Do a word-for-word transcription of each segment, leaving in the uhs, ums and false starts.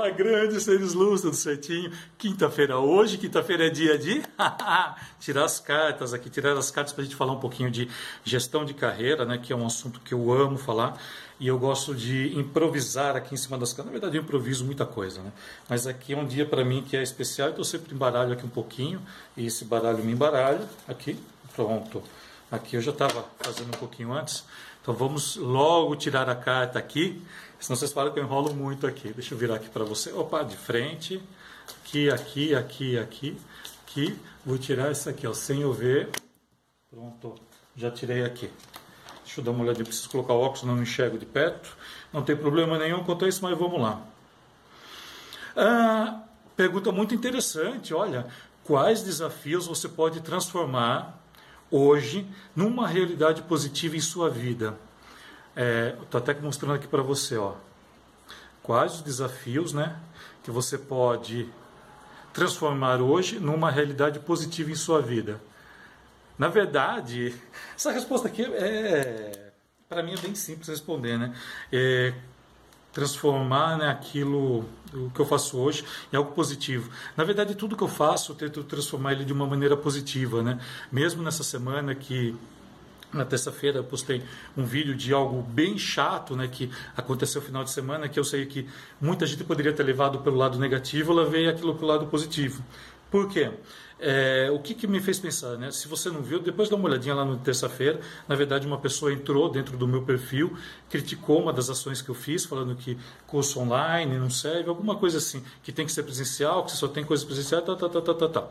Fala grande, seres luz, tudo certinho. Quinta-feira hoje, quinta-feira é dia de tirar as cartas aqui, tirar as cartas para a gente falar um pouquinho de gestão de carreira, né, que é um assunto que eu amo falar e eu gosto de improvisar aqui em cima das cartas. Na verdade, eu improviso muita coisa, né? Mas aqui é um dia para mim que é especial, então eu sempre embaralho aqui um pouquinho e esse baralho me embaralha aqui, pronto. Aqui eu já estava fazendo um pouquinho antes, então vamos logo tirar a carta aqui. Senão vocês falam que eu enrolo muito aqui. Deixa eu virar aqui para você. Opa, de frente. Aqui, aqui, aqui, aqui. Aqui. Vou tirar essa aqui, ó, sem eu ver. Pronto. Já tirei aqui. Deixa eu dar uma olhadinha. Preciso colocar o óculos, senão não enxergo de perto. Não tem problema nenhum quanto a isso, mas vamos lá. Ah, pergunta muito interessante. Olha, quais desafios você pode transformar hoje numa realidade positiva em sua vida? É, estou até mostrando aqui para você, ó, quais os desafios, né, que você pode transformar hoje numa realidade positiva em sua vida. Na verdade, essa resposta aqui é, para mim é bem simples responder, né? É, transformar, né, aquilo o que eu faço hoje em algo positivo. Na verdade, tudo que eu faço eu tento transformar ele de uma maneira positiva, né? Mesmo nessa semana que na terça-feira eu postei um vídeo de algo bem chato, né, que aconteceu no final de semana, que eu sei que muita gente poderia ter levado pelo lado negativo, eu levei aquilo pelo lado positivo. Por quê? É, o que, que me fez pensar, né? Se você não viu, depois dá uma olhadinha lá no terça-feira. Na verdade, uma pessoa entrou dentro do meu perfil, criticou uma das ações que eu fiz, falando que curso online não serve, alguma coisa assim, que tem que ser presencial, que só tem coisa presencial, tá, tá, tá, tá, tá, tá.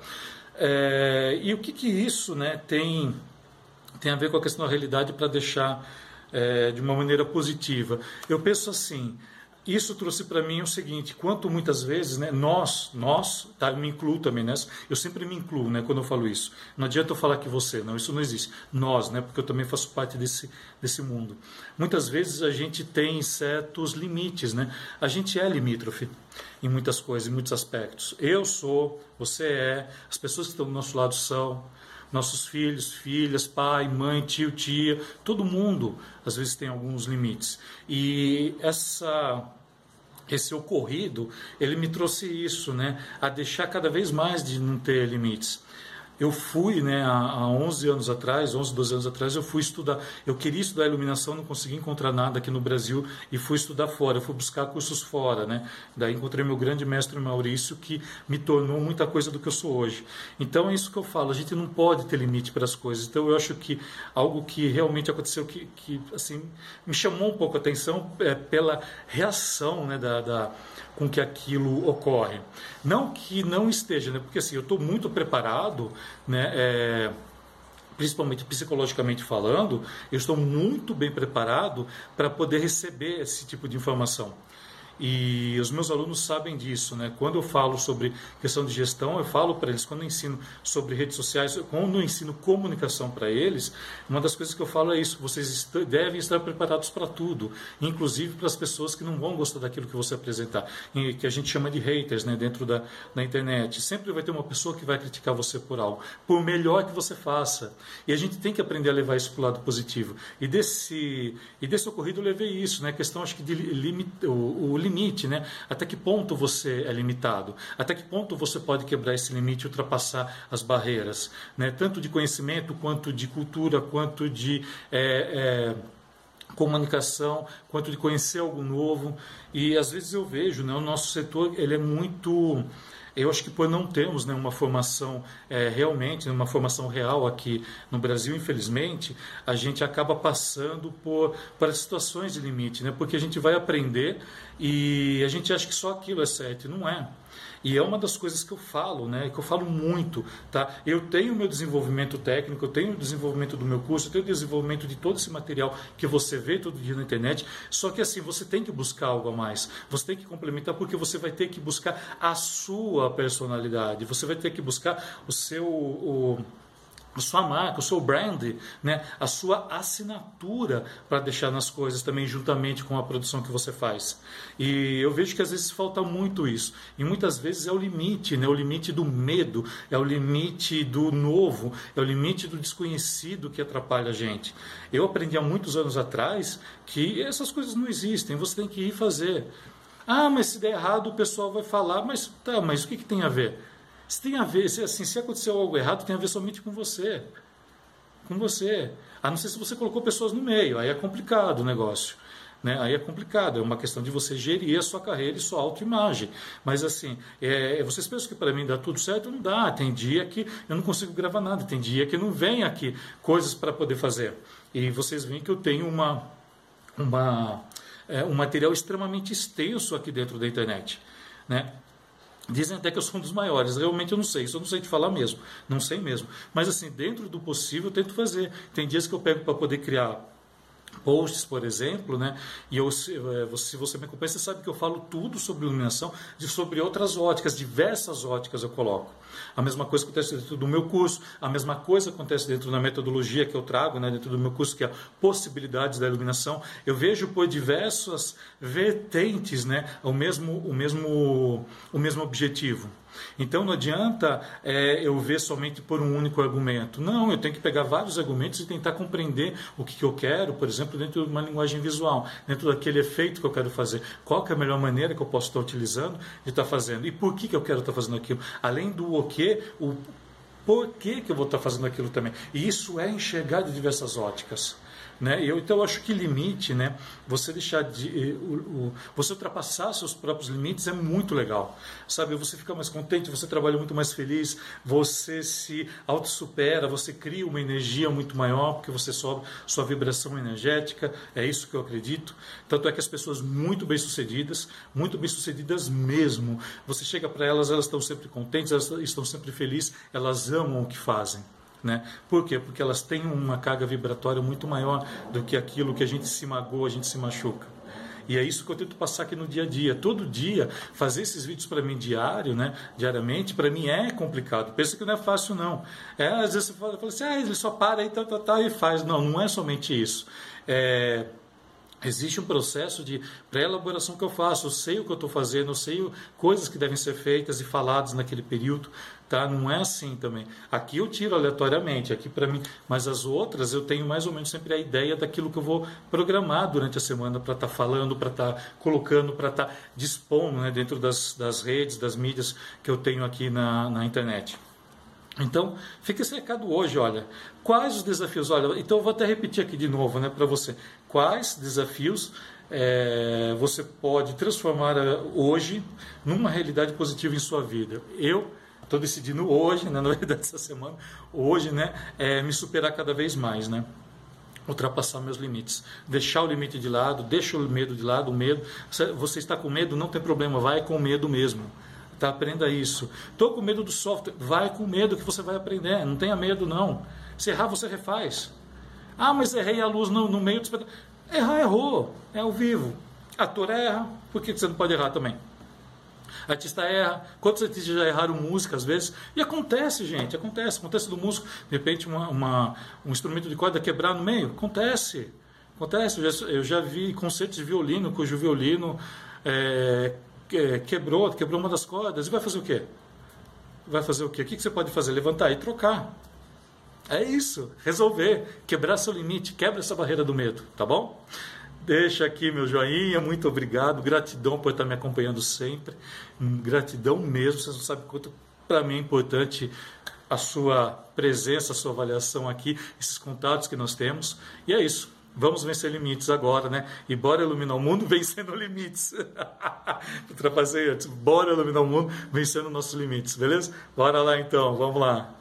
É, e o que, que isso, né, tem... tem a ver com a questão da realidade para deixar é, de uma maneira positiva. Eu penso assim, isso trouxe para mim o seguinte, quanto muitas vezes, né, nós, nós, tá, eu me incluo também nessa, eu sempre me incluo, né, quando eu falo isso. Não adianta eu falar que você, não, isso não existe. Nós, né, porque eu também faço parte desse, desse mundo. Muitas vezes a gente tem certos limites, né? A gente é limítrofe em muitas coisas, em muitos aspectos. Eu sou, você é, as pessoas que estão do nosso lado são, nossos filhos, filhas, pai, mãe, tio, tia, todo mundo às vezes tem alguns limites. E essa, esse ocorrido, ele me trouxe isso, né, a deixar cada vez mais de não ter limites. Eu fui, né, há onze anos atrás, onze, doze anos atrás, eu fui estudar. Eu queria estudar iluminação, não consegui encontrar nada aqui no Brasil e fui estudar fora. Eu fui buscar cursos fora, né? Daí encontrei meu grande mestre Maurício, que me tornou muita coisa do que eu sou hoje. Então é isso que eu falo, a gente não pode ter limite para as coisas. Então eu acho que algo que realmente aconteceu, que, que assim, me chamou um pouco a atenção é, pela reação, né, da, da, com que aquilo ocorre. Não que não esteja, né? Porque assim, eu estou muito preparado, né, é, principalmente psicologicamente falando, eu estou muito bem preparado para poder receber esse tipo de informação. E os meus alunos sabem disso, né? Quando eu falo sobre questão de gestão, eu falo para eles, quando eu ensino sobre redes sociais, quando eu ensino comunicação para eles, uma das coisas que eu falo é isso, vocês devem estar preparados para tudo, inclusive para as pessoas que não vão gostar daquilo que você apresentar, que a gente chama de haters, né, dentro da, da internet. Sempre vai ter uma pessoa que vai criticar você por algo, por melhor que você faça. E a gente tem que aprender a levar isso para o lado positivo. E desse, e desse ocorrido eu levei isso, né? A questão, acho que, de limite, o, o limite limite, né? Até que ponto você é limitado? Até que ponto você pode quebrar esse limite e ultrapassar as barreiras, né? Tanto de conhecimento, quanto de cultura, quanto de é, é, comunicação, quanto de conhecer algo novo. E às vezes eu vejo, né, o nosso setor ele é muito... Eu acho que por não termos, né, uma formação é, realmente, uma formação real aqui no Brasil, infelizmente, a gente acaba passando por, por situações de limite, né, porque a gente vai aprender e a gente acha que só aquilo é certo, e não é. E é uma das coisas que eu falo, né, que eu falo muito, tá? Eu tenho o meu desenvolvimento técnico, eu tenho o desenvolvimento do meu curso, eu tenho o desenvolvimento de todo esse material que você vê todo dia na internet, só que assim, você tem que buscar algo a mais, você tem que complementar, porque você vai ter que buscar a sua personalidade, você vai ter que buscar o seu... O, a sua marca, o seu brand, né? A sua assinatura para deixar nas coisas também juntamente com a produção que você faz. E eu vejo que às vezes falta muito isso. E muitas vezes é o limite, né? O limite do medo, é o limite do novo, é o limite do desconhecido que atrapalha a gente. Eu aprendi há muitos anos atrás que essas coisas não existem, você tem que ir fazer. Ah, mas se der errado o pessoal vai falar, mas tá, mas o que, que tem a ver? Se tem a ver, se, assim, se aconteceu algo errado, tem a ver somente com você. Com você. A não ser se você colocou pessoas no meio, aí é complicado o negócio. Né? Aí é complicado, é uma questão de você gerir a sua carreira e sua autoimagem. Mas assim, é, vocês pensam que para mim dá tudo certo? Não dá. Tem dia que eu não consigo gravar nada, tem dia que não vem aqui coisas para poder fazer. E vocês veem que eu tenho uma, uma, é, um material extremamente extenso aqui dentro da internet. Né? Dizem até que eu sou um dos maiores, realmente eu não sei, isso eu não sei te falar mesmo, não sei mesmo. Mas assim, dentro do possível eu tento fazer. Tem dias que eu pego para poder criar posts, por exemplo, né? E eu, se você me acompanha, você sabe que eu falo tudo sobre iluminação, de, sobre outras óticas, diversas óticas eu coloco. A mesma coisa acontece dentro do meu curso, a mesma coisa acontece dentro da metodologia que eu trago, né, dentro do meu curso, que é possibilidades da iluminação. Eu vejo por diversas vertentes, né, o mesmo, o mesmo, o mesmo objetivo. Então não adianta é, eu ver somente por um único argumento. Não, eu tenho que pegar vários argumentos e tentar compreender o que, que eu quero, por exemplo, dentro de uma linguagem visual, dentro daquele efeito que eu quero fazer. Qual que é a melhor maneira que eu posso estar utilizando de estar fazendo? E por que, que eu quero estar fazendo aquilo? Além do o quê, o porquê que eu vou estar fazendo aquilo também. E isso é enxergar de diversas óticas. Né? Eu, então eu acho que limite, né? Você deixar de o, o, você ultrapassar seus próprios limites é muito legal, sabe? Você fica mais contente, você trabalha muito mais feliz, você se autossupera, você cria uma energia muito maior porque você sobe sua vibração energética. É isso que eu acredito. Tanto é que as pessoas muito bem sucedidas, muito bem sucedidas mesmo, você chega para elas, elas estão sempre contentes, elas estão sempre felizes, elas amam o que fazem. Né? Por quê? Porque elas têm uma carga vibratória muito maior do que aquilo que a gente se magoa, a gente se machuca. E é isso que eu tento passar aqui no dia a dia. Todo dia, fazer esses vídeos para mim diário, né? Diariamente, para mim é complicado. Pensa que não é fácil, não. É, às vezes você fala, fala assim, ah, ele só para aí, tá, tá, tá, e faz. Não, não é somente isso. É... Existe um processo de pré-elaboração que eu faço, eu sei o que eu estou fazendo, eu sei coisas que devem ser feitas e faladas naquele período, tá? Não é assim também. Aqui eu tiro aleatoriamente, aqui para mim, mas as outras eu tenho mais ou menos sempre a ideia daquilo que eu vou programar durante a semana para estar tá falando, para estar tá colocando, para estar tá dispondo, né, dentro das, das redes, das mídias que eu tenho aqui na, na internet. Então, fica esse recado hoje, olha, quais os desafios, olha, então eu vou até repetir aqui de novo, né, para você, quais desafios é, você pode transformar hoje numa realidade positiva em sua vida. Eu estou decidindo hoje, né, na verdade essa semana, hoje, né, é, me superar cada vez mais, né, ultrapassar meus limites, deixar o limite de lado, deixa o medo de lado, o medo, você está com medo, não tem problema, vai com medo mesmo. Tá, aprenda isso. Estou com medo do software. Vai com medo que você vai aprender. Não tenha medo, não. Se errar, você refaz. Ah, mas errei a luz no, no meio do espetáculo. Errar, errou. É ao vivo. Ator erra. Por que você não pode errar também? Artista erra. Quantos artistas já erraram música às vezes? E acontece, gente. Acontece. Acontece do músico. De repente, uma, uma, um instrumento de corda quebrar no meio. Acontece. Acontece. Eu já, eu já vi concertos de violino cujo violino... É, quebrou, quebrou uma das cordas, e vai fazer o quê? Vai fazer o quê? O que você pode fazer? Levantar e trocar. É isso, resolver, quebrar seu limite, quebra essa barreira do medo, tá bom? Deixa aqui meu joinha, muito obrigado, gratidão por estar me acompanhando sempre, gratidão mesmo, vocês não sabem quanto para mim é importante a sua presença, a sua avaliação aqui, esses contatos que nós temos, e é isso. Vamos vencer limites agora, né? E bora iluminar o mundo vencendo limites. Ultrapasseei antes. Bora iluminar o mundo vencendo nossos limites, beleza? Bora lá então, vamos lá.